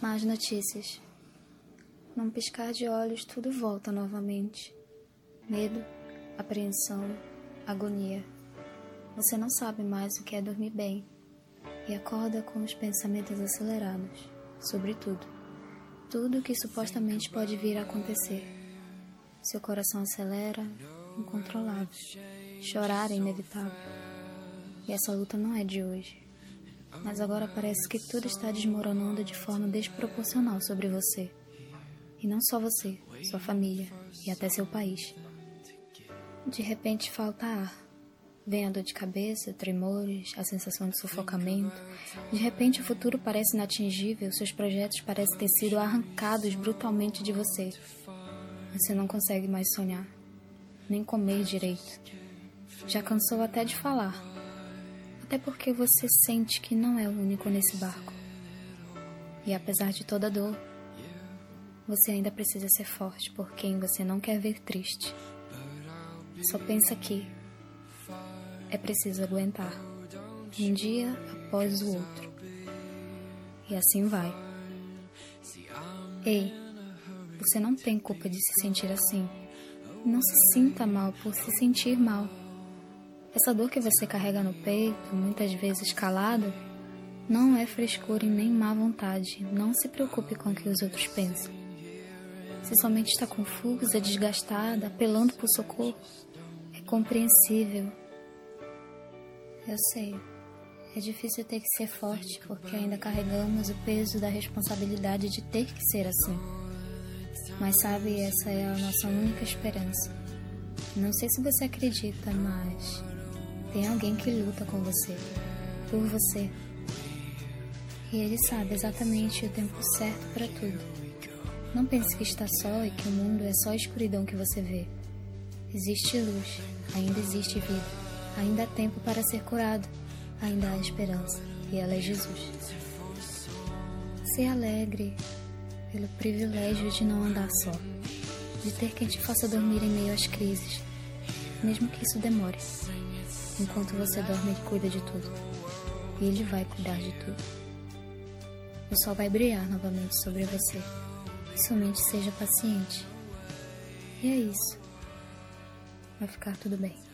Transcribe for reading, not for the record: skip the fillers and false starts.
Más notícias. Num piscar de olhos, tudo volta novamente. Medo, apreensão, agonia. Você não sabe mais o que é dormir bem e acorda com os pensamentos acelerados, sobre tudo. Tudo que supostamente pode vir a acontecer. Seu coração acelera, incontrolável. Chorar é inevitável. E essa luta não é de hoje. Mas agora parece que tudo está desmoronando de forma desproporcional sobre você. E não só você, sua família e até seu país. De repente falta ar. Vem a dor de cabeça, tremores, a sensação de sufocamento. De repente o futuro parece inatingível, seus projetos parecem ter sido arrancados brutalmente de você. Você não consegue mais sonhar, nem comer direito. Já cansou até de falar. Até porque você sente que não é o único nesse barco. E apesar de toda a dor, você ainda precisa ser forte por quem você não quer ver triste. Só pensa que é preciso aguentar, um dia após o outro. E assim vai. Ei, você não tem culpa de se sentir assim. Não se sinta mal por se sentir mal. Essa dor que você carrega no peito, muitas vezes calada, não é frescura e nem má vontade. Não se preocupe com o que os outros pensam. Se sua mente está confusa, desgastada, apelando por socorro, é compreensível. Eu sei, é difícil ter que ser forte porque ainda carregamos o peso da responsabilidade de ter que ser assim. Mas sabe, essa é a nossa única esperança. Não sei se você acredita, mas tem alguém que luta com você, por você. E ele sabe exatamente o tempo certo para tudo. Não pense que está só e que o mundo é só escuridão que você vê. Existe luz, ainda existe vida, ainda há tempo para ser curado, ainda há esperança, e ela é Jesus. Se alegre pelo privilégio de não andar só, de ter quem te faça dormir em meio às crises, mesmo que isso demore. Enquanto você dorme, ele cuida de tudo. E ele vai cuidar de tudo. O sol vai brilhar novamente sobre você. Somente seja paciente. E é isso. Vai ficar tudo bem.